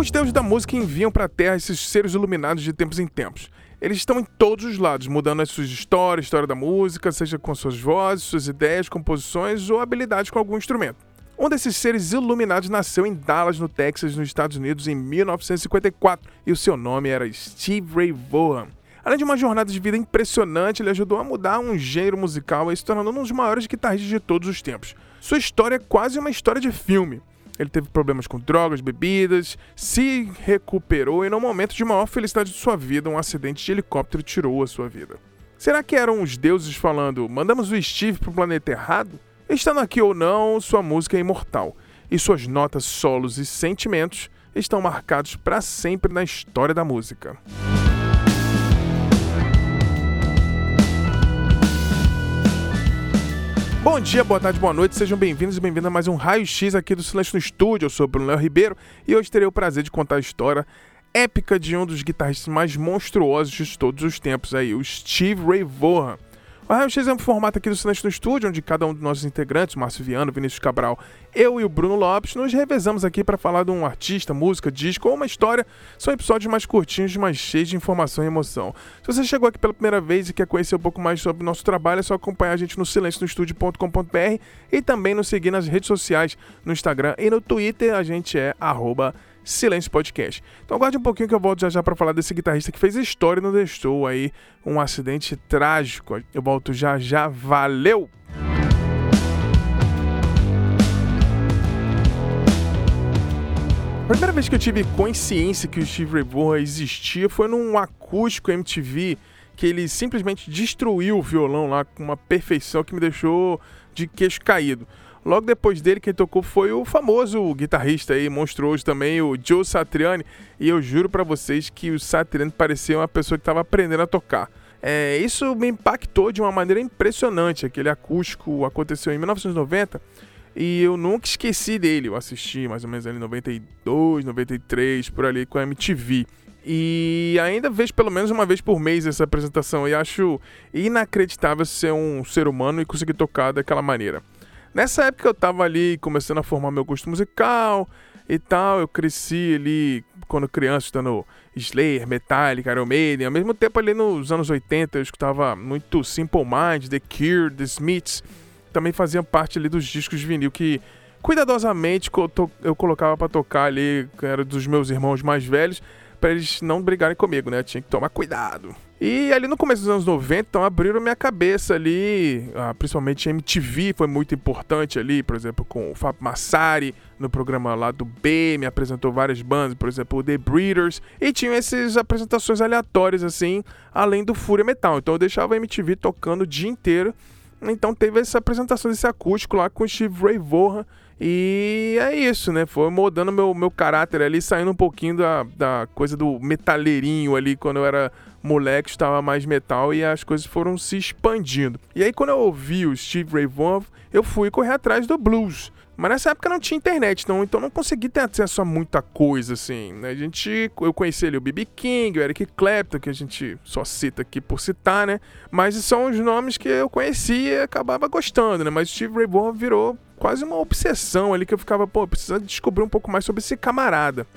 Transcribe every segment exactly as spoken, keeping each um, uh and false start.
Os deuses da música enviam para a Terra esses seres iluminados de tempos em tempos. Eles estão em todos os lados, mudando as suas histórias, a história da música, seja com suas vozes, suas ideias, composições ou habilidades com algum instrumento. Um desses seres iluminados nasceu em Dallas, no Texas, nos Estados Unidos, em mil novecentos e cinquenta e quatro, e o seu nome era Stevie Ray Vaughan. Além de uma jornada de vida impressionante, ele ajudou a mudar um gênero musical e se tornando um dos maiores guitarristas de todos os tempos. Sua história é quase uma história de filme. Ele teve problemas com drogas, bebidas, se recuperou e, no momento de maior felicidade de sua vida, um acidente de helicóptero tirou a sua vida. Será que eram os deuses falando, mandamos o Steve para o planeta errado? Estando aqui ou não, sua música é imortal, e suas notas, solos e sentimentos estão marcados para sempre na história da música. Bom dia, boa tarde, boa noite, sejam bem-vindos e bem-vindas a mais um Raio-X aqui do Silêncio no Estúdio. Eu sou o Bruno Léo Ribeiro e hoje terei o prazer de contar a história épica de um dos guitarristas mais monstruosos de todos os tempos, aí, o Stevie Ray Vaughan. O Raio-X é um formato aqui do Silêncio no Estúdio, onde cada um dos nossos integrantes, Márcio Viana, Vinícius Cabral, eu e o Bruno Lopes, nos revezamos aqui para falar de um artista, música, disco ou uma história. São episódios mais curtinhos, mas cheios de informação e emoção. Se você chegou aqui pela primeira vez e quer conhecer um pouco mais sobre o nosso trabalho, é só acompanhar a gente no silencio no estúdio ponto com ponto b r e também nos seguir nas redes sociais, no Instagram e no Twitter, a gente é arroba Silêncio Podcast. Então aguarde um pouquinho que eu volto já já para falar desse guitarrista que fez história e não deixou aí um acidente trágico. Eu volto já já, valeu! A primeira vez que eu tive consciência que o Stevie Ray Vaughan existia foi num acústico M T V que ele simplesmente destruiu o violão lá com uma perfeição que me deixou de queixo caído. Logo depois dele, quem tocou foi o famoso guitarrista aí, monstruoso também, o Joe Satriani. E eu juro pra vocês que o Satriani parecia uma pessoa que estava aprendendo a tocar. É, isso me impactou de uma maneira impressionante. Aquele acústico aconteceu em mil novecentos e noventa e eu nunca esqueci dele. Eu assisti mais ou menos ali em noventa e dois, noventa e três, por ali com a M T V. E ainda vejo pelo menos uma vez por mês essa apresentação. E acho inacreditável ser um ser humano e conseguir tocar daquela maneira. Nessa época eu tava ali começando a formar meu gosto musical e tal, eu cresci ali quando criança escutando Slayer, Metallica, Iron Maiden, ao mesmo tempo ali nos anos oitenta eu escutava muito Simple Minds, The Cure, The Smiths, também faziam parte ali dos discos de vinil que cuidadosamente eu colocava pra tocar ali, que era dos meus irmãos mais velhos, pra eles não brigarem comigo, né, eu tinha que tomar cuidado. E ali no começo dos anos noventa, então, abriram minha cabeça ali, ah, principalmente a M T V foi muito importante ali, por exemplo, com o Fábio Massari, no programa lá do B, me apresentou várias bandas, por exemplo, o The Breeders, e tinham essas apresentações aleatórias, assim, além do Fúria Metal. Então eu deixava a M T V tocando o dia inteiro, então teve essa apresentação desse acústico lá com o Stevie Ray Vaughan, e é isso, né? Foi moldando meu, meu caráter ali, saindo um pouquinho da, da coisa do metaleirinho ali, quando eu era moleque, estava mais metal e as coisas foram se expandindo. E aí quando eu ouvi o Stevie Ray Vaughan, eu fui correr atrás do blues. Mas nessa época não tinha internet, não, então não consegui ter acesso a muita coisa, assim, né? A gente, eu conheci ali o B B King, o Eric Clapton, que a gente só cita aqui por citar, né? Mas são os nomes que eu conhecia e acabava gostando, né? Mas o Stevie Ray Vaughan virou quase uma obsessão ali, que eu ficava, pô, precisando descobrir um pouco mais sobre esse camarada.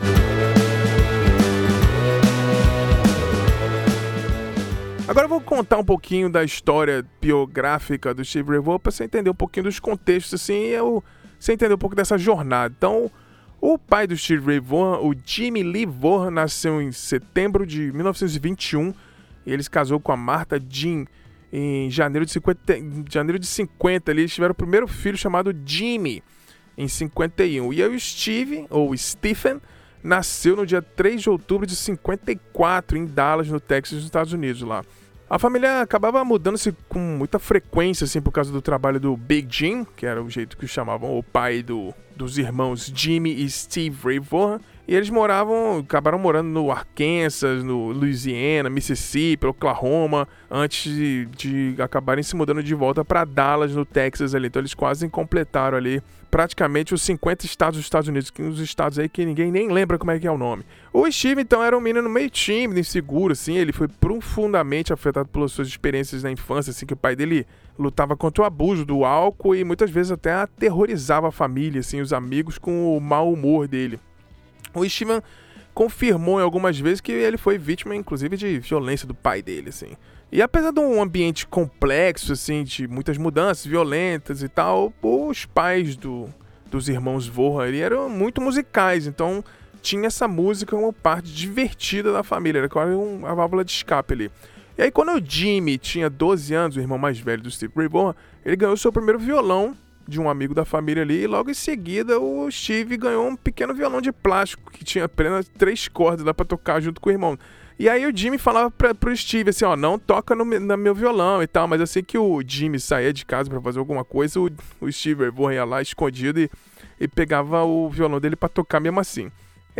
Agora eu vou contar um pouquinho da história biográfica do Stevie Ray Vaughan para você entender um pouquinho dos contextos, assim, e eu, você entender um pouco dessa jornada. Então, o pai do Stevie Ray Vaughan, o Jimmy Lee Vaughan, nasceu em setembro de mil novecentos e vinte e um e ele se casou com a Martha Jean em janeiro de cinquenta, em janeiro de cinquenta ali, eles tiveram o primeiro filho chamado Jimmy em cinquenta e um. E aí o Steve, ou Stephen, nasceu no dia três de outubro de cinquenta e quatro em Dallas, no Texas, nos Estados Unidos lá. A família acabava mudando-se com muita frequência, assim, por causa do trabalho do Big Jim, que era o jeito que chamavam o pai do, dos irmãos Jimmy e Steve Ray Vaughan. E eles moravam, acabaram morando no Arkansas, no Louisiana, Mississippi, Oklahoma, antes de, de acabarem se mudando de volta para Dallas, no Texas ali. Então eles quase completaram ali praticamente os cinquenta estados dos Estados Unidos, que uns estados aí que ninguém nem lembra como é que é o nome. O Steve, então, era um menino meio tímido, inseguro, assim, ele foi profundamente afetado pelas suas experiências na infância, assim, que o pai dele lutava contra o abuso do álcool e muitas vezes até aterrorizava a família, assim, os amigos com o mau humor dele. O Steven confirmou em algumas vezes que ele foi vítima, inclusive, de violência do pai dele, assim. E apesar de um ambiente complexo, assim, de muitas mudanças violentas e tal, os pais do, dos irmãos Vorra ali eram muito musicais, então tinha essa música como parte divertida da família, era quase uma válvula de escape ali. E aí quando o Jimmy tinha doze anos, o irmão mais velho do Steve Ray Vaughan, ele ganhou seu primeiro violão de um amigo da família ali, e logo em seguida o Steve ganhou um pequeno violão de plástico, que tinha apenas três cordas, dá pra tocar junto com o irmão. E aí o Jimmy falava pra, pro Steve assim, ó, não toca no, no meu violão e tal, mas assim que o Jimmy saía de casa pra fazer alguma coisa, o, o Steve Ray Vaughan ia lá escondido e, e pegava o violão dele pra tocar mesmo assim.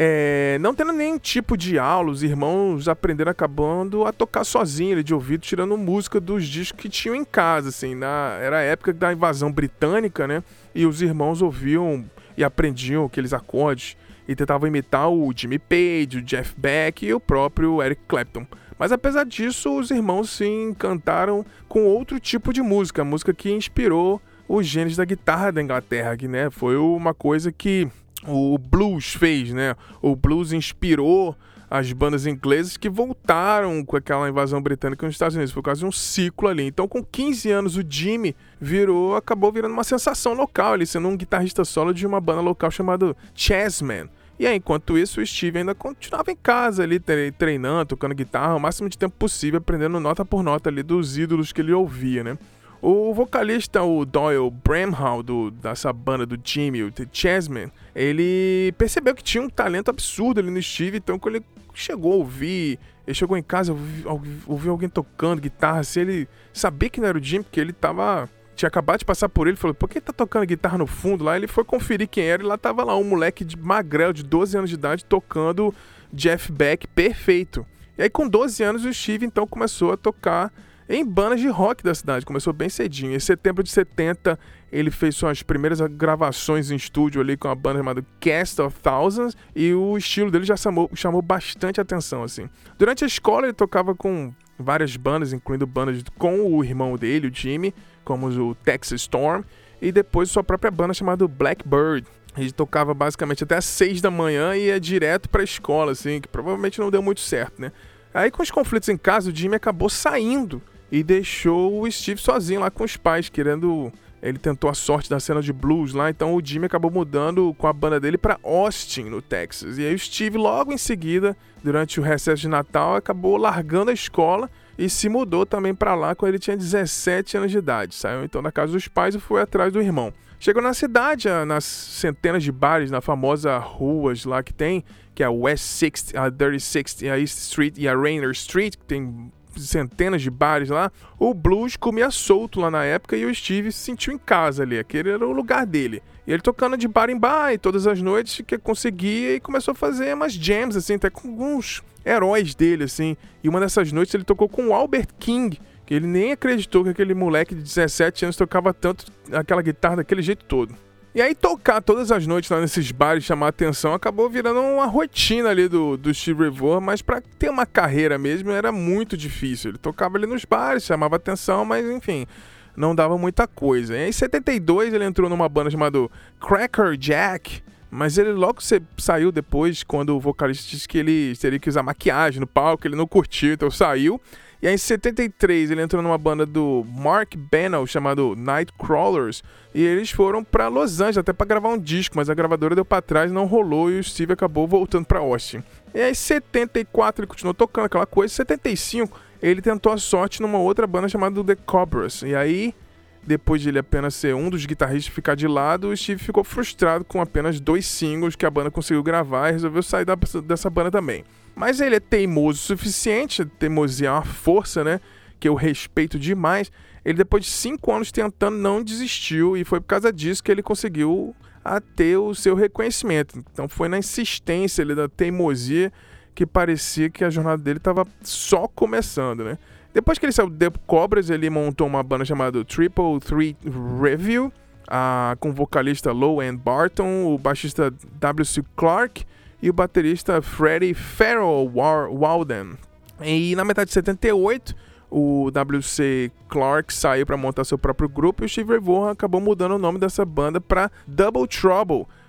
É, não tendo nenhum tipo de aula, os irmãos aprenderam acabando a tocar sozinho, de ouvido, tirando música dos discos que tinham em casa, assim, na, era a época da invasão britânica, né, e os irmãos ouviam e aprendiam aqueles acordes e tentavam imitar o Jimmy Page, o Jeff Beck e o próprio Eric Clapton. Mas apesar disso, os irmãos se encantaram com outro tipo de música, a música que inspirou os genes da guitarra da Inglaterra, que, né, foi uma coisa que o blues fez, né? O blues inspirou as bandas inglesas que voltaram com aquela invasão britânica nos Estados Unidos. Foi quase um ciclo ali. Então, com quinze anos, o Jimmy virou, acabou virando uma sensação local, ele sendo um guitarrista solo de uma banda local chamada Chessman. E aí, enquanto isso, o Steve ainda continuava em casa ali, treinando, tocando guitarra, o máximo de tempo possível, aprendendo nota por nota ali dos ídolos que ele ouvia, né? O vocalista, o Doyle Bramhall, do, dessa banda do Jimmy, o The Chessman, ele percebeu que tinha um talento absurdo ali no Steve, então quando ele chegou a ouvir, ele chegou em casa, ouviu, ouviu alguém tocando guitarra, assim, ele sabia que não era o Jimmy, porque ele tava, tinha acabado de passar por ele, falou, por que tá tocando guitarra no fundo lá? Ele foi conferir quem era e lá tava lá um moleque de magrelo, de doze anos de idade, tocando Jeff Beck perfeito. E aí com doze anos o Steve então começou a tocar em bandas de rock da cidade, começou bem cedinho. Em setembro de setenta, ele fez suas primeiras gravações em estúdio ali com uma banda chamada Cast of Thousands, e o estilo dele já chamou, chamou bastante atenção, assim. Durante a escola, ele tocava com várias bandas, incluindo bandas com o irmão dele, o Jimmy, como o Texas Storm, e depois sua própria banda chamada Blackbird. Ele tocava basicamente até às seis da manhã e ia direto pra escola, assim, que provavelmente não deu muito certo, né? Aí, com os conflitos em casa, o Jimmy acabou saindo e deixou o Steve sozinho lá com os pais, querendo... Ele tentou a sorte da cena de blues lá, então o Jimmy acabou mudando com a banda dele para Austin, no Texas. E aí o Steve, logo em seguida, durante o recesso de Natal, acabou largando a escola e se mudou também para lá quando ele tinha dezessete anos de idade. Saiu então da casa dos pais e foi atrás do irmão. Chegou na cidade, nas centenas de bares, na famosa ruas lá que tem, que é a West sixtieth, a thirty sixth, a East Street e a Rainer Street, que tem centenas de bares lá. O blues comia solto lá na época e o Steve se sentiu em casa ali, aquele era o lugar dele. E ele tocando de bar em bar e todas as noites que conseguia e começou a fazer umas jams, assim, até com alguns heróis dele, assim. E uma dessas noites ele tocou com o Albert King, que ele nem acreditou que aquele moleque de dezessete anos tocava tanto aquela guitarra daquele jeito todo. E aí tocar todas as noites lá nesses bares, chamar a atenção, acabou virando uma rotina ali do, do Steve Ray Vaughan, mas pra ter uma carreira mesmo era muito difícil. Ele tocava ali nos bares, chamava atenção, mas enfim, não dava muita coisa. E aí em setenta e dois ele entrou numa banda chamada Cracker Jack, mas ele logo saiu depois, quando o vocalista disse que ele teria que usar maquiagem no palco, ele não curtiu, então saiu. E aí em setenta e três ele entrou numa banda do Mark Bennell chamado Nightcrawlers e eles foram pra Los Angeles até pra gravar um disco, mas a gravadora deu pra trás, não rolou e o Steve acabou voltando pra Austin. E aí em setenta e quatro ele continuou tocando aquela coisa, em setenta e cinco ele tentou a sorte numa outra banda chamada The Cobras. E aí, depois de ele apenas ser um dos guitarristas e ficar de lado, o Steve ficou frustrado com apenas dois singles que a banda conseguiu gravar e resolveu sair da, dessa banda também. Mas ele é teimoso o suficiente, teimosia é uma força, né, que eu respeito demais. Ele, depois de cinco anos tentando, não desistiu e foi por causa disso que ele conseguiu a ter o seu reconhecimento. Então foi na insistência ali, da teimosia, que parecia que a jornada dele estava só começando, né. Depois que ele saiu do The Cobras, ele montou uma banda chamada Triple Threat Review, ah, com o vocalista Low End Barton, o baixista W C Clark e o baterista Freddie Farrell Walden. E na metade de setenta e oito, o W C Clark saiu para montar seu próprio grupo e o Steve Ray Vaughan acabou mudando o nome dessa banda para Double Trouble,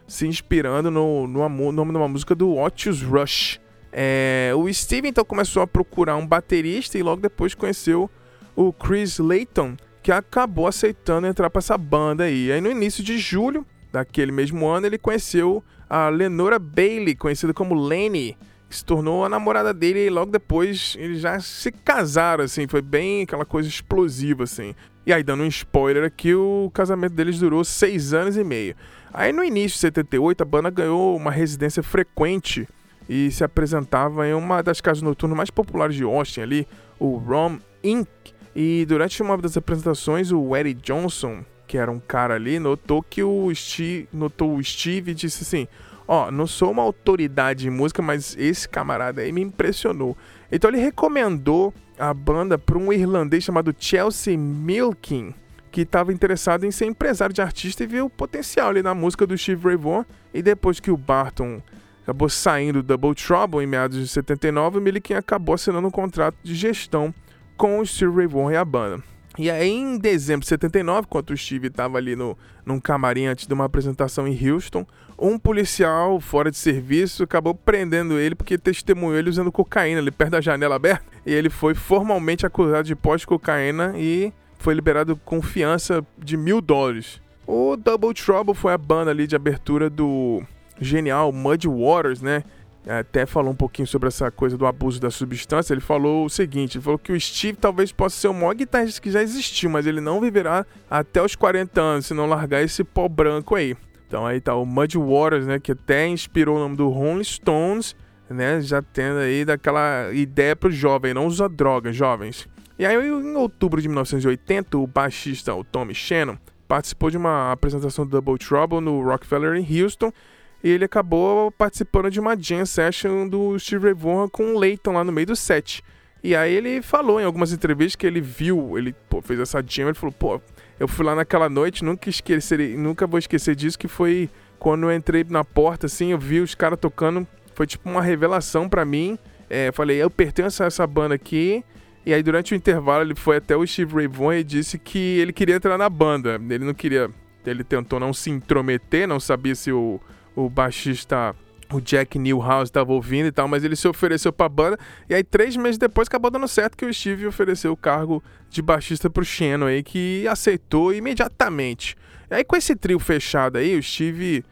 se inspirando no, no, no nome de uma música do Otis Rush. É, o Steve então começou a procurar um baterista e logo depois conheceu o Chris Layton, que acabou aceitando entrar para essa banda aí. Aí no início de julho daquele mesmo ano ele conheceu a Lenora Bailey, conhecida como Lenny, que se tornou a namorada dele, e logo depois eles já se casaram, assim, foi bem aquela coisa explosiva, assim. E aí, dando um spoiler aqui, o casamento deles durou seis anos e meio. Aí no início de setenta e oito, a banda ganhou uma residência frequente e se apresentava em uma das casas noturnas mais populares de Austin ali, o Rom incorporated. E durante uma das apresentações, o Eddie Johnson, que era um cara ali, notou que o Steve, notou o Steve e disse assim: ó, oh, não sou uma autoridade em música, mas esse camarada aí me impressionou. Então ele recomendou a banda para um irlandês chamado Chelsea Milkin, que estava interessado em ser empresário de artista e viu o potencial ali na música do Steve Ray Vaughan. E depois que o Barton acabou saindo do Double Trouble em meados de setenta e nove, o Milkin acabou assinando um contrato de gestão com o Steve Ray Vaughan e a banda. E aí, em dezembro de setenta e nove, enquanto o Steve estava ali no, num camarim antes de uma apresentação em Houston, um policial fora de serviço acabou prendendo ele porque testemunhou ele usando cocaína ali perto da janela aberta. E ele foi formalmente acusado de posse de cocaína e foi liberado com fiança de mil dólares. O Double Trouble foi a banda ali de abertura do genial Muddy Waters, né? Até falou um pouquinho sobre essa coisa do abuso da substância. Ele falou o seguinte: ele falou que o Steve talvez possa ser o maior guitarrista que já existiu, mas ele não viverá até os quarenta anos se não largar esse pó branco aí. Então aí tá o Muddy Waters, né, que até inspirou o nome do Rolling Stones, né, já tendo aí daquela ideia pro jovem: não usa droga, jovens. E aí em outubro de mil novecentos e oitenta, o baixista, o Tommy Shannon, participou de uma apresentação do Double Trouble no Rockefeller em Houston. E ele acabou participando de uma jam session do Steve Ray Vaughan com o Layton lá no meio do set. E aí ele falou em algumas entrevistas que ele viu, ele pô, fez essa jam, ele falou: pô, eu fui lá naquela noite, nunca esquecerei, nunca vou esquecer disso, que foi quando eu entrei na porta, assim, eu vi os caras tocando, foi tipo uma revelação pra mim. É, falei, eu pertenço a essa banda aqui. E aí durante o intervalo ele foi até o Steve Ray Vaughan e disse que ele queria entrar na banda. Ele não queria, ele tentou não se intrometer, não sabia se o o baixista, o Jack Newhouse, estava ouvindo e tal, mas ele se ofereceu pra banda, e aí três meses depois acabou dando certo que o Steve ofereceu o cargo de baixista pro Shannon aí, que aceitou imediatamente. E aí com esse trio fechado aí, o Steve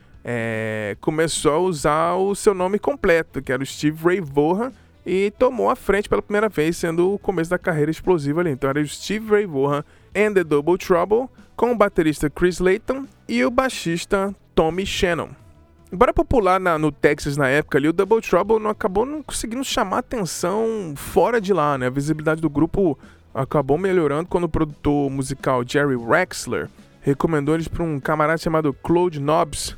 é, começou a usar o seu nome completo, que era o Steve Ray Vaughan, e tomou a frente pela primeira vez, sendo o começo da carreira explosiva ali. Então era o Steve Ray Vaughan and the Double Trouble, com o baterista Chris Layton e o baixista Tommy Shannon. Embora popular na, no Texas na época ali, o Double Trouble não acabou não conseguindo chamar atenção fora de lá, né? A visibilidade do grupo acabou melhorando quando o produtor musical Jerry Wexler recomendou eles para um camarada chamado Claude Nobbs,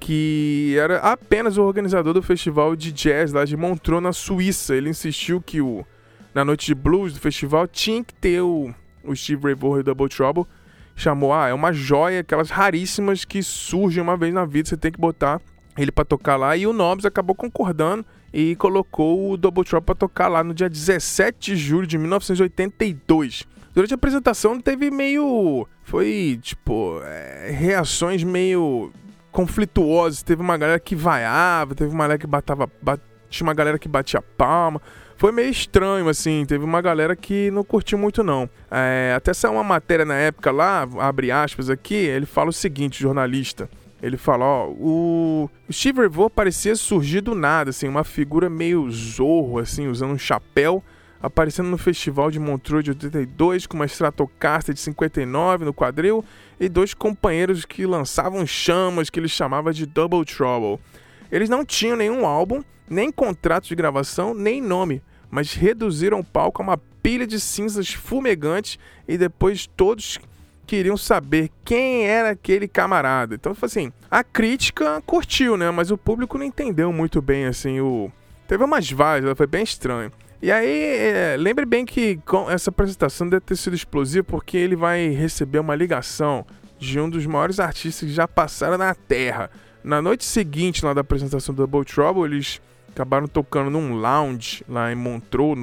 que era apenas o organizador do festival de jazz lá de Montreux, na Suíça. Ele insistiu que o, na noite de blues do festival tinha que ter o, o Steve Ray Vaughan e o Double Trouble. Chamou, ah, é uma joia, aquelas raríssimas que surgem uma vez na vida, você tem que botar ele pra tocar lá. E o Nobbs acabou concordando e colocou o Double Trouble pra tocar lá no dia dezessete de julho de mil novecentos e oitenta e dois. Durante a apresentação teve meio... Foi, tipo, é, reações meio conflituosas. Teve uma galera que vaiava, teve uma galera que batava... Bat... Tinha uma galera que batia palma. Foi meio estranho, assim. Teve uma galera que não curtiu muito, não. É, até saiu uma matéria na época lá, abre aspas aqui, ele fala o seguinte, jornalista. Ele fala, ó, o Steve Ray Vaughan parecia surgir do nada, assim, uma figura meio Zorro, assim, usando um chapéu, aparecendo no festival de Montreux de oitenta e dois, com uma Stratocaster de cinquenta e nove no quadril, e dois companheiros que lançavam chamas, que ele chamava de Double Trouble. Eles não tinham nenhum álbum, nem contrato de gravação, nem nome, mas reduziram o palco a uma pilha de cinzas fumegantes, e depois todos queriam saber quem era aquele camarada. Então, assim, a crítica curtiu, né? Mas o público não entendeu muito bem, assim, o... Teve umas vaias, foi bem estranho. E aí, é, lembre bem que com essa apresentação deve ter sido explosiva, porque ele vai receber uma ligação de um dos maiores artistas que já passaram na Terra. Na noite seguinte, lá da apresentação do Double Trouble, eles acabaram tocando num lounge lá em Montreux, no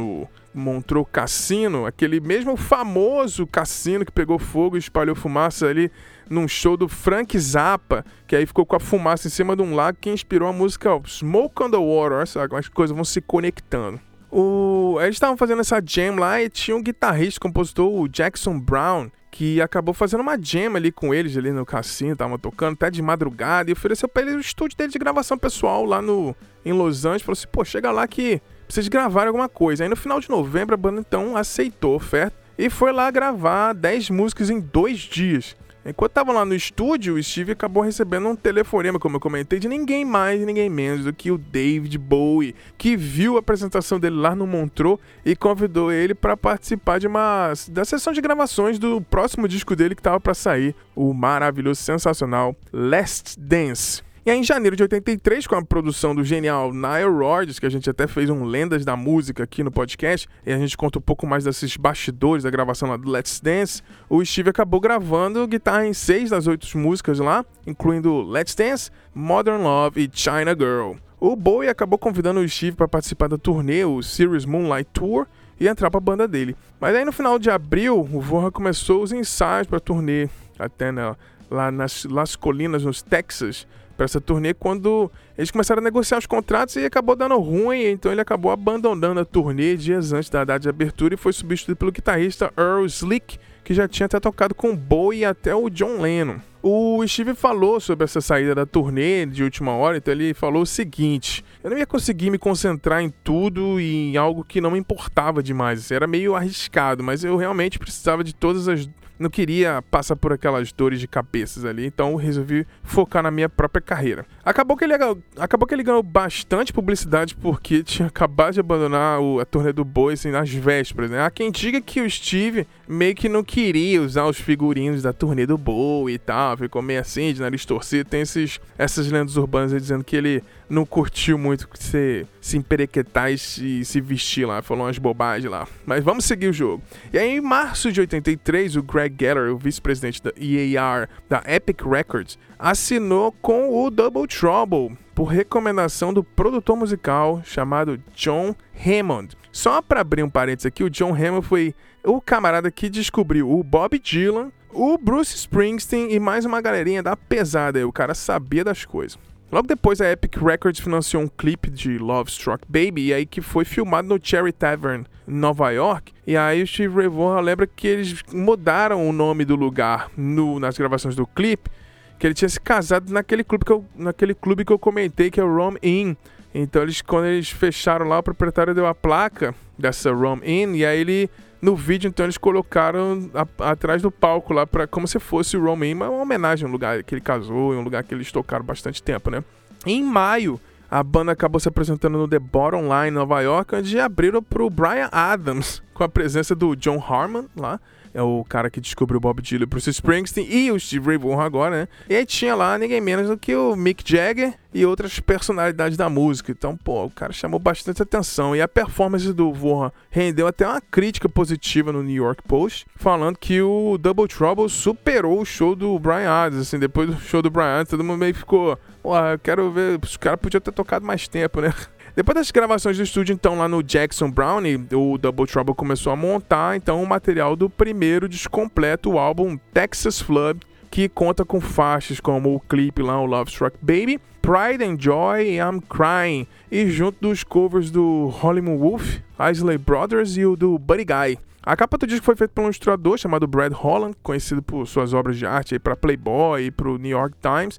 Montreux Cassino, aquele mesmo famoso cassino que pegou fogo e espalhou fumaça ali num show do Frank Zappa, que aí ficou com a fumaça em cima de um lago, que inspirou a música Smoke on the Water. Sabe? As coisas vão se conectando. O... Eles estavam fazendo essa jam lá e tinha um guitarrista, compositor, o Jackson Brown, que acabou fazendo uma jam ali com eles ali no cassino, estavam tocando até de madrugada, e ofereceu pra eles o estúdio dele de gravação pessoal lá no, em Los Angeles. Falou assim, pô, chega lá que precisa gravar alguma coisa. Aí no final de novembro a banda então aceitou a oferta e foi lá gravar dez músicas em dois dias. Enquanto estavam lá no estúdio, o Steve acabou recebendo um telefonema, como eu comentei, de ninguém mais, ninguém menos do que o David Bowie, que viu a apresentação dele lá no Montreux e convidou ele para participar de uma da sessão de gravações do próximo disco dele que estava para sair, o maravilhoso, sensacional Last Dance. E aí, em janeiro de oitenta e três, com a produção do genial Nile Rodgers, que a gente até fez um Lendas da Música aqui no podcast, e a gente conta um pouco mais desses bastidores da gravação lá do Let's Dance, o Steve acabou gravando guitarra em seis das oito músicas lá, incluindo Let's Dance, Modern Love e China Girl. O Bowie acabou convidando o Steve para participar da turnê, o Serious Moonlight Tour, e entrar para a banda dele. Mas aí, no final de abril, o Vorra começou os ensaios para a turnê, até na, lá nas Las Colinas, nos Texas, para essa turnê, quando eles começaram a negociar os contratos e acabou dando ruim, então ele acabou abandonando a turnê dias antes da data de abertura e foi substituído pelo guitarrista Earl Slick, que já tinha até tocado com o Bowie e até o John Lennon. O Steve falou sobre essa saída da turnê de última hora, então ele falou o seguinte: eu não ia conseguir me concentrar em tudo e em algo que não me importava demais, era meio arriscado, mas eu realmente precisava de todas as... não queria passar por aquelas dores de cabeças ali, então resolvi focar na minha própria carreira. Acabou que ele, acabou que ele ganhou bastante publicidade porque tinha acabado de abandonar o, a turnê do Bowie assim, nas vésperas, né? Há quem diga que o Steve meio que não queria usar os figurinos da turnê do Bowie e tal, ficou meio assim, de nariz torcido. Tem esses, essas lendas urbanas aí dizendo que ele não curtiu muito se, se emperequetar e se, se vestir lá, falou umas bobagens lá. Mas vamos seguir o jogo. E aí, em março de oitenta e três, o Greg Geller, o vice-presidente da E A R da Epic Records, assinou com o Double Trouble por recomendação do produtor musical chamado John Hammond. Só para abrir um parênteses aqui, o John Hammond foi o camarada que descobriu o Bob Dylan, o Bruce Springsteen e mais uma galerinha da pesada. O cara sabia das coisas. Logo depois, a Epic Records financiou um clipe de Love Struck Baby, e aí que foi filmado no Cherry Tavern, em Nova York. E aí o Steve Ray Vaughan lembra que eles mudaram o nome do lugar no, nas gravações do clipe, que ele tinha se casado naquele clube que eu, naquele clube que eu comentei, que é o Rom Inn. Então, eles, quando eles fecharam lá, o proprietário deu a placa dessa Rom Inn, e aí ele... no vídeo, então, eles colocaram a, atrás do palco lá, pra, como se fosse o Romain, uma homenagem ao lugar que ele casou, em um lugar que eles tocaram bastante tempo, né? Em maio, a banda acabou se apresentando no The Bottom Line, em Nova York, onde abriram pro Bryan Adams, com a presença do John Harmon lá, é o cara que descobriu o Bob Dylan, Bruce Springsteen e o Steve Ray Vaughan agora, né? E aí tinha lá ninguém menos do que o Mick Jagger e outras personalidades da música. Então, pô, o cara chamou bastante atenção. E a performance do Vaughan rendeu até uma crítica positiva no New York Post, falando que o Double Trouble superou o show do Bryan Adams. Assim, depois do show do Bryan Adams, todo mundo meio que ficou... Pô, eu quero ver... Os caras podiam ter tocado mais tempo, né? Depois das gravações do estúdio, então, lá no Jackson Brownie, o Double Trouble começou a montar, então, o material do primeiro disco completo, o álbum Texas Flood, que conta com faixas como o clipe lá, o Love Struck Baby, Pride and Joy e I'm Crying, e junto dos covers do Hollywood Wolf, Isley Brothers e o do Buddy Guy. A capa do disco foi feita por um ilustrador chamado Brad Holland, conhecido por suas obras de arte para Playboy e para o New York Times.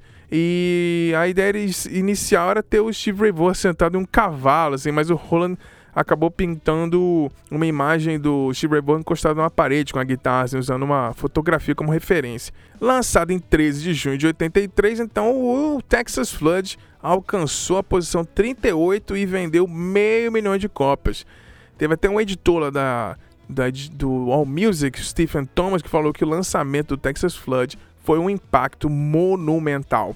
E a ideia inicial era ter o Steve Ray Vaughan sentado em um cavalo, assim, mas o Holland acabou pintando uma imagem do Steve Ray Vaughan encostado numa parede com a guitarra, assim, usando uma fotografia como referência. Lançado em treze de junho de oitenta e três, então o Texas Flood alcançou a posição trinta e oito e vendeu meio milhão de cópias. Teve até um editor lá da... Da, do AllMusic, Stephen Thomas, que falou que o lançamento do Texas Flood foi um impacto monumental.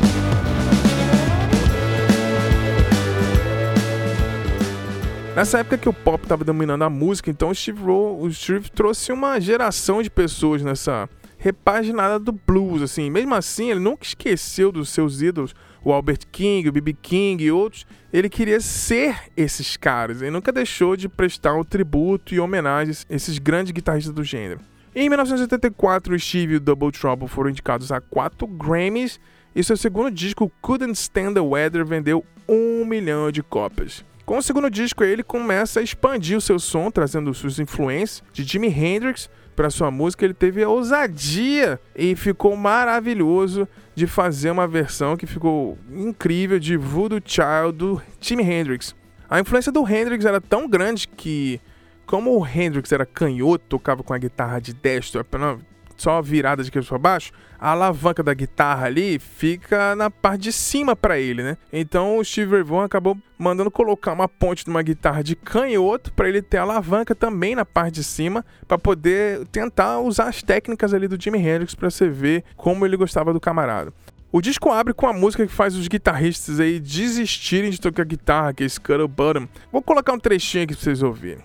Nessa época que o pop estava dominando a música, então o Steve, Ro, o Steve trouxe uma geração de pessoas nessa repaginada do blues, assim. Mesmo assim, ele nunca esqueceu dos seus ídolos, o Albert King, o B B King e outros. Ele queria ser esses caras, ele nunca deixou de prestar um tributo e homenagem a esses grandes guitarristas do gênero. Em mil novecentos e oitenta e quatro, o Steve e o Double Trouble foram indicados a quatro Grammys e seu segundo disco, Couldn't Stand the Weather, vendeu um milhão de cópias. Com o segundo disco, ele começa a expandir o seu som, trazendo suas influências de Jimi Hendrix para sua música. Ele teve a ousadia e ficou maravilhoso de fazer uma versão que ficou incrível de Voodoo Child do Jimi Hendrix. A influência do Hendrix era tão grande que, como o Hendrix era canhoto, tocava com a guitarra de destro, só virada de cabeça para baixo, a alavanca da guitarra ali fica na parte de cima para ele, né? Então o Steve Ray Vaughan acabou mandando colocar uma ponte de uma guitarra de canhoto para ele ter a alavanca também na parte de cima, para poder tentar usar as técnicas ali do Jimi Hendrix para você ver como ele gostava do camarada. O disco abre com a música que faz os guitarristas aí desistirem de tocar guitarra, que é Scuttle Bottom. Vou colocar um trechinho aqui para vocês ouvirem.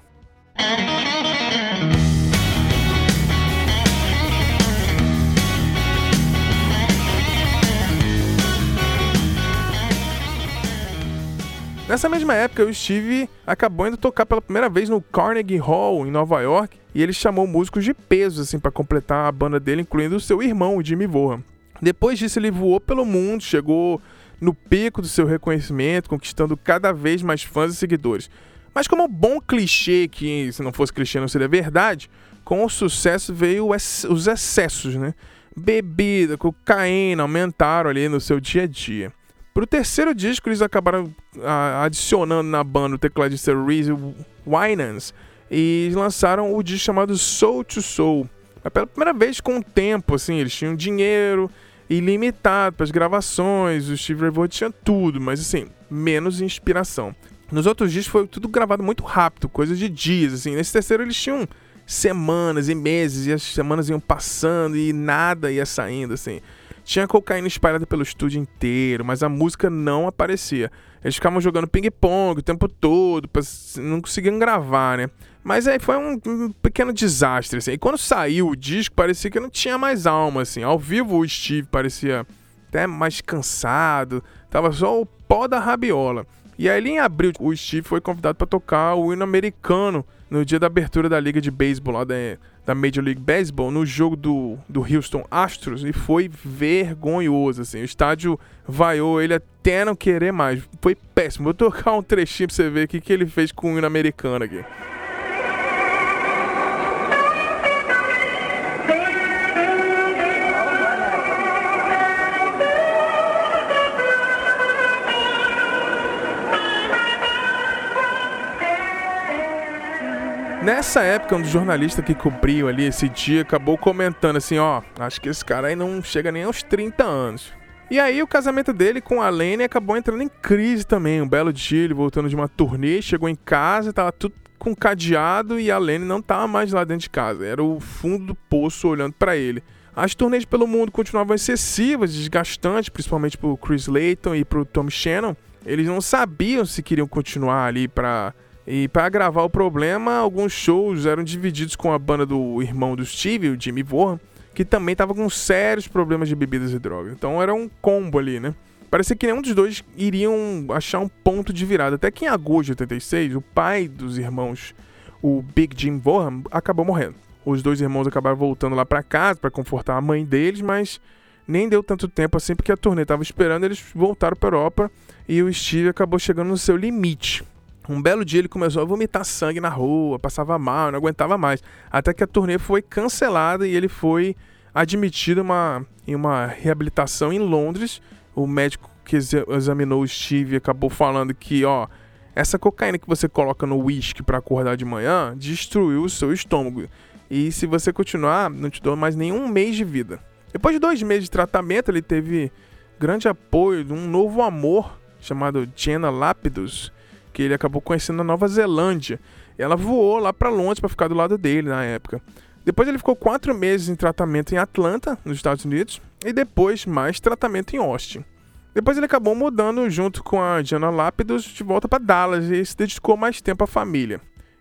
Nessa mesma época, o Steve acabou indo tocar pela primeira vez no Carnegie Hall, em Nova York, e ele chamou músicos de peso assim, para completar a banda dele, incluindo o seu irmão, o Jimmy Vaughan. Depois disso, ele voou pelo mundo, chegou no pico do seu reconhecimento, conquistando cada vez mais fãs e seguidores. Mas como um bom clichê, que se não fosse clichê não seria verdade, com o sucesso veio os excessos, né? Bebida, cocaína aumentaram ali no seu dia a dia. Para o terceiro disco, eles acabaram ah, adicionando na banda o tecladista Reese Winans e lançaram o disco chamado Soul to Soul. Mas pela primeira vez com o tempo, assim, eles tinham dinheiro ilimitado para as gravações, o Steve Ray Vaughan tinha tudo, mas assim, menos inspiração. Nos outros discos foi tudo gravado muito rápido, coisa de dias, assim. Nesse terceiro eles tinham semanas e meses, e as semanas iam passando e nada ia saindo, assim. Tinha cocaína espalhada pelo estúdio inteiro, mas a música não aparecia. Eles ficavam jogando ping-pong o tempo todo, não conseguiam gravar, né? Mas aí foi um, um pequeno desastre, assim. E quando saiu o disco, parecia que não tinha mais alma, assim. Ao vivo o Steve parecia até mais cansado, tava só o pó da rabiola. E aí, em abril, o Steve foi convidado para tocar o hino americano no dia da abertura da liga de beisebol lá da, da Major League Baseball, no jogo do, do Houston Astros, e foi vergonhoso, assim. O estádio vaiou ele até não querer mais. Foi péssimo. Vou tocar um trechinho pra você ver o que, que ele fez com o hino americano aqui. Nessa época, um dos jornalistas que cobriu ali esse dia acabou comentando assim, ó, acho que esse cara aí não chega nem aos trinta anos. E aí o casamento dele com a Lene acabou entrando em crise também. Um belo dia, ele voltando de uma turnê, chegou em casa, tava tudo com cadeado e a Lene não tava mais lá dentro de casa. Era o fundo do poço olhando pra ele. As turnês pelo mundo continuavam excessivas, desgastantes, principalmente pro Chris Layton e pro Tom Shannon. Eles não sabiam se queriam continuar ali pra... E para agravar o problema, alguns shows eram divididos com a banda do irmão do Steve, o Jimmy Vaughan, que também estava com sérios problemas de bebidas e drogas. Então era um combo ali, né? Parecia que nenhum dos dois iriam achar um ponto de virada. Até que em agosto de oitenta e seis, o pai dos irmãos, o Big Jim Vaughan, acabou morrendo. Os dois irmãos acabaram voltando lá para casa para confortar a mãe deles, mas nem deu tanto tempo assim, porque a turnê estava esperando, eles voltaram para a Europa e o Steve acabou chegando no seu limite. Um belo dia ele começou a vomitar sangue na rua, passava mal, não aguentava mais. Até que a turnê foi cancelada e ele foi admitido uma, em uma reabilitação em Londres. O médico que examinou o Steve acabou falando que, ó, essa cocaína que você coloca no uísque para acordar de manhã destruiu o seu estômago. E se você continuar, não te dou mais nenhum mês de vida. Depois de dois meses de tratamento, ele teve grande apoio de um novo amor chamado Jenna Lapidus, que ele acabou conhecendo na Nova Zelândia. Ela voou lá para Londres para ficar do lado dele na época. Depois ele ficou quatro meses em tratamento em Atlanta, nos Estados Unidos, e depois mais tratamento em Austin. Depois ele acabou mudando junto com a Jenna Lapidus de volta para Dallas e se dedicou mais tempo à família.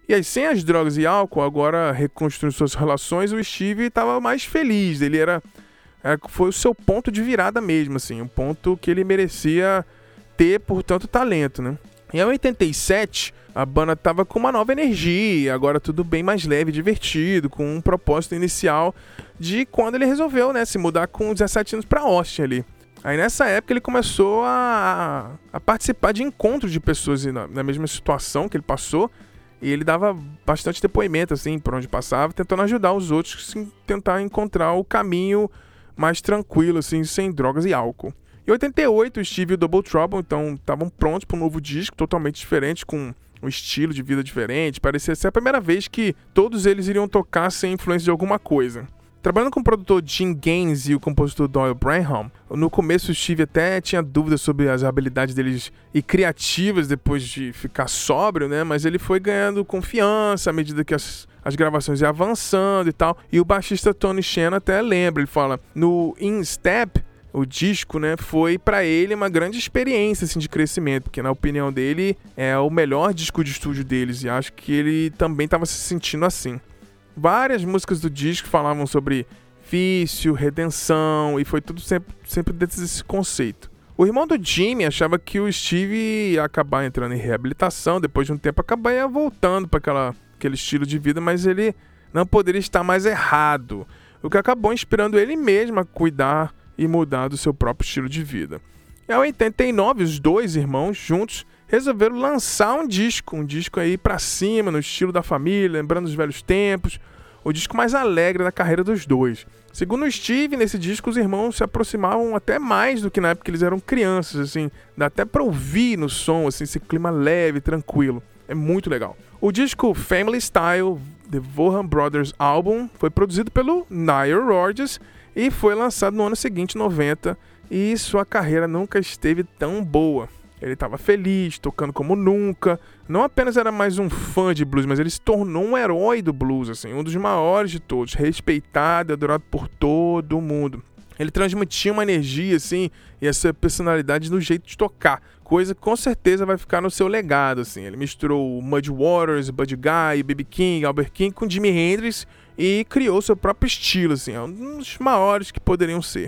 E aí, sem as drogas e álcool, agora reconstruindo suas relações, o Steve estava mais feliz. Ele era, era... Foi o seu ponto de virada mesmo, assim. Um ponto que ele merecia ter por tanto talento, né? Em oitenta e sete, a banda estava com uma nova energia, agora tudo bem mais leve e divertido, com um propósito inicial de quando ele resolveu, né, se mudar com dezessete anos para Austin ali. Aí nessa época ele começou a, a participar de encontros de pessoas na, na mesma situação que ele passou, e ele dava bastante depoimento, assim, por onde passava, tentando ajudar os outros a assim, tentar encontrar o caminho mais tranquilo, assim, sem drogas e álcool. Em oitenta e oito, o Steve e o Double Trouble então estavam prontos para um novo disco totalmente diferente, com um estilo de vida diferente. Parecia ser a primeira vez que todos eles iriam tocar sem influência de alguma coisa. Trabalhando com o produtor Jim Gaines e o compositor Doyle Branham, no começo o Steve até tinha dúvidas sobre as habilidades deles e criativas depois de ficar sóbrio, né? Mas ele foi ganhando confiança à medida que as, as gravações iam avançando e tal. E o baixista Tony Shannon até lembra, ele fala, no In Step, o disco, né, foi pra ele uma grande experiência assim, de crescimento, porque na opinião dele é o melhor disco de estúdio deles, e acho que ele também estava se sentindo assim. Várias músicas do disco falavam sobre vício, redenção, e foi tudo sempre, sempre dentro desse conceito. O irmão do Jimmy achava que o Steve ia acabar entrando em reabilitação, depois de um tempo acabaria voltando para aquele estilo de vida, mas ele não poderia estar mais errado, o que acabou inspirando ele mesmo a cuidar e mudar do seu próprio estilo de vida. Em oitenta e nove, os dois irmãos juntos resolveram lançar um disco, um disco aí pra cima, no estilo da família, lembrando os velhos tempos, o disco mais alegre da carreira dos dois. Segundo o Steve, nesse disco os irmãos se aproximavam até mais do que na época que eles eram crianças, assim, dá até pra ouvir no som, assim, esse clima leve, tranquilo. É muito legal. O disco Family Style, The Vaughan Brothers Album, foi produzido pelo Nile Rodgers e foi lançado no ano seguinte, noventa, e sua carreira nunca esteve tão boa. Ele estava feliz, tocando como nunca, não apenas era mais um fã de blues, mas ele se tornou um herói do blues, assim, um dos maiores de todos, respeitado e adorado por todo mundo. Ele transmitia uma energia, assim, e a sua personalidade no jeito de tocar, coisa que com certeza vai ficar no seu legado, assim. Ele misturou Muddy Waters, Buddy Guy, B B King, Albert King com Jimi Hendrix e criou seu próprio estilo, assim, é um dos maiores que poderiam ser.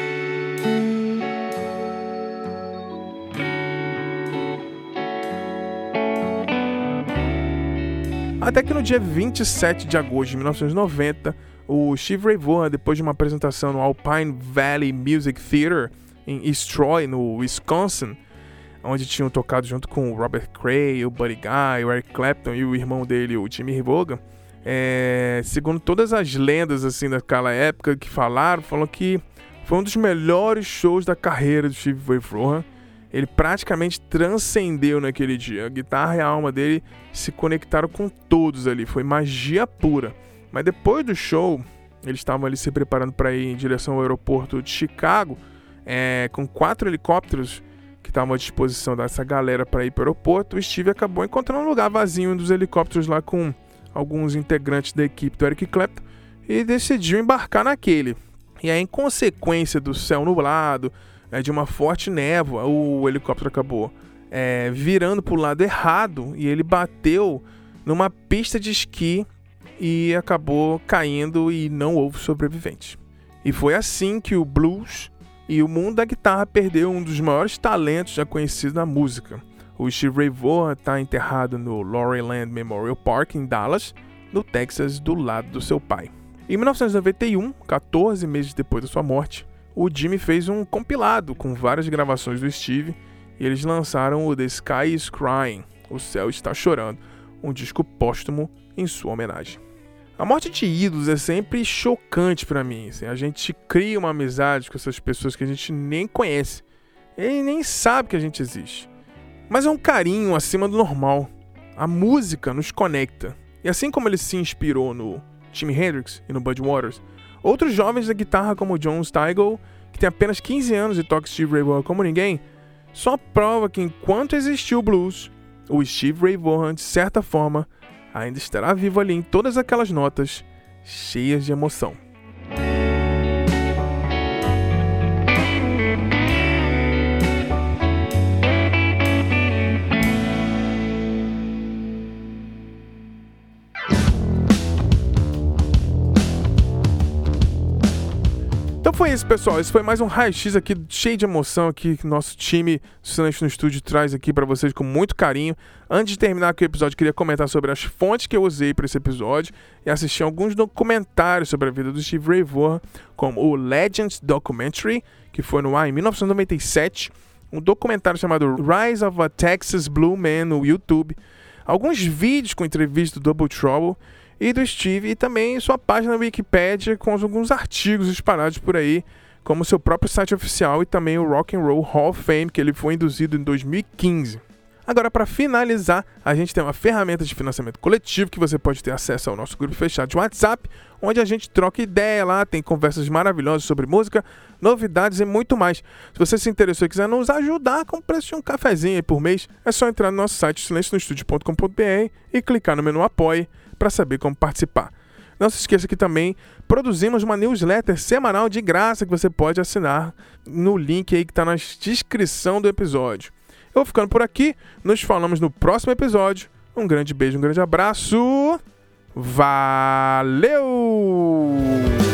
Até que no dia vinte e sete de agosto de mil novecentos e noventa, o Steve Ray Vaughan, depois de uma apresentação no Alpine Valley Music Theater em East Troy, no Wisconsin, onde tinham tocado junto com o Robert Cray, o Buddy Guy, o Eric Clapton e o irmão dele, o Jimmy Vaughan, é, segundo todas as lendas assim daquela época que falaram, falam que foi um dos melhores shows da carreira do Steve Ray Vaughan. Ele praticamente transcendeu naquele dia. A guitarra e a alma dele se conectaram com todos ali. Foi magia pura. Mas depois do show, eles estavam ali se preparando para ir em direção ao aeroporto de Chicago, é, com quatro helicópteros que estavam à disposição dessa galera para ir para o aeroporto. O Steve acabou encontrando um lugar vazio, um dos helicópteros lá com alguns integrantes da equipe do Eric Clapton, e decidiu embarcar naquele. E aí, em consequência do céu nublado, é, de uma forte névoa, o helicóptero acabou é, virando para o lado errado e ele bateu numa pista de esqui e acabou caindo e não houve sobrevivente. E foi assim que o blues e o mundo da guitarra perdeu um dos maiores talentos já conhecidos na música. O Steve Ray Vaughan está enterrado no Laurelland Memorial Park, em Dallas, no Texas, do lado do seu pai. Em mil novecentos e noventa e um, quatorze meses depois da sua morte, o Jimmy fez um compilado com várias gravações do Steve e eles lançaram o The Sky is Crying, O Céu Está Chorando, um disco póstumo em sua homenagem. A morte de ídolos é sempre chocante pra mim, assim. A gente cria uma amizade com essas pessoas que a gente nem conhece e nem sabe que a gente existe. Mas é um carinho acima do normal. A música nos conecta. E assim como ele se inspirou no Jimi Hendrix e no Buddy Waters, outros jovens da guitarra como John Stigall, que tem apenas quinze anos e toca Steve Ray Vaughan como ninguém, só prova que enquanto existiu o blues, o Steve Ray Vaughan, de certa forma, ainda estará vivo ali em todas aquelas notas cheias de emoção. foi isso, pessoal. Esse foi mais um raio-x aqui, cheio de emoção aqui, que nosso time Silêncio no Estúdio traz aqui pra vocês com muito carinho. Antes de terminar aqui o episódio, queria comentar sobre as fontes que eu usei para esse episódio e assistir alguns documentários sobre a vida do Steve Ray Vaughan, como o Legends Documentary, que foi no ar em mil novecentos e noventa e sete, um documentário chamado Rise of a Texas Blue Man no YouTube, alguns vídeos com entrevistas do Double Trouble e do Steve, e também sua página na Wikipedia com alguns artigos espalhados por aí, como seu próprio site oficial e também o Rock and Roll Hall of Fame, que ele foi induzido em dois mil e quinze. Agora, para finalizar, a gente tem uma ferramenta de financiamento coletivo que você pode ter acesso ao nosso grupo fechado de WhatsApp, onde a gente troca ideia lá, tem conversas maravilhosas sobre música, novidades e muito mais. Se você se interessou e quiser nos ajudar com o preço de um cafezinho aí por mês, é só entrar no nosso site silêncio no estúdio ponto com ponto b r e clicar no menu Apoie para saber como participar. Não se esqueça que também produzimos uma newsletter semanal de graça que você pode assinar no link aí que está na descrição do episódio. Eu vou ficando por aqui, nos falamos no próximo episódio. Um grande beijo, um grande abraço. Valeu!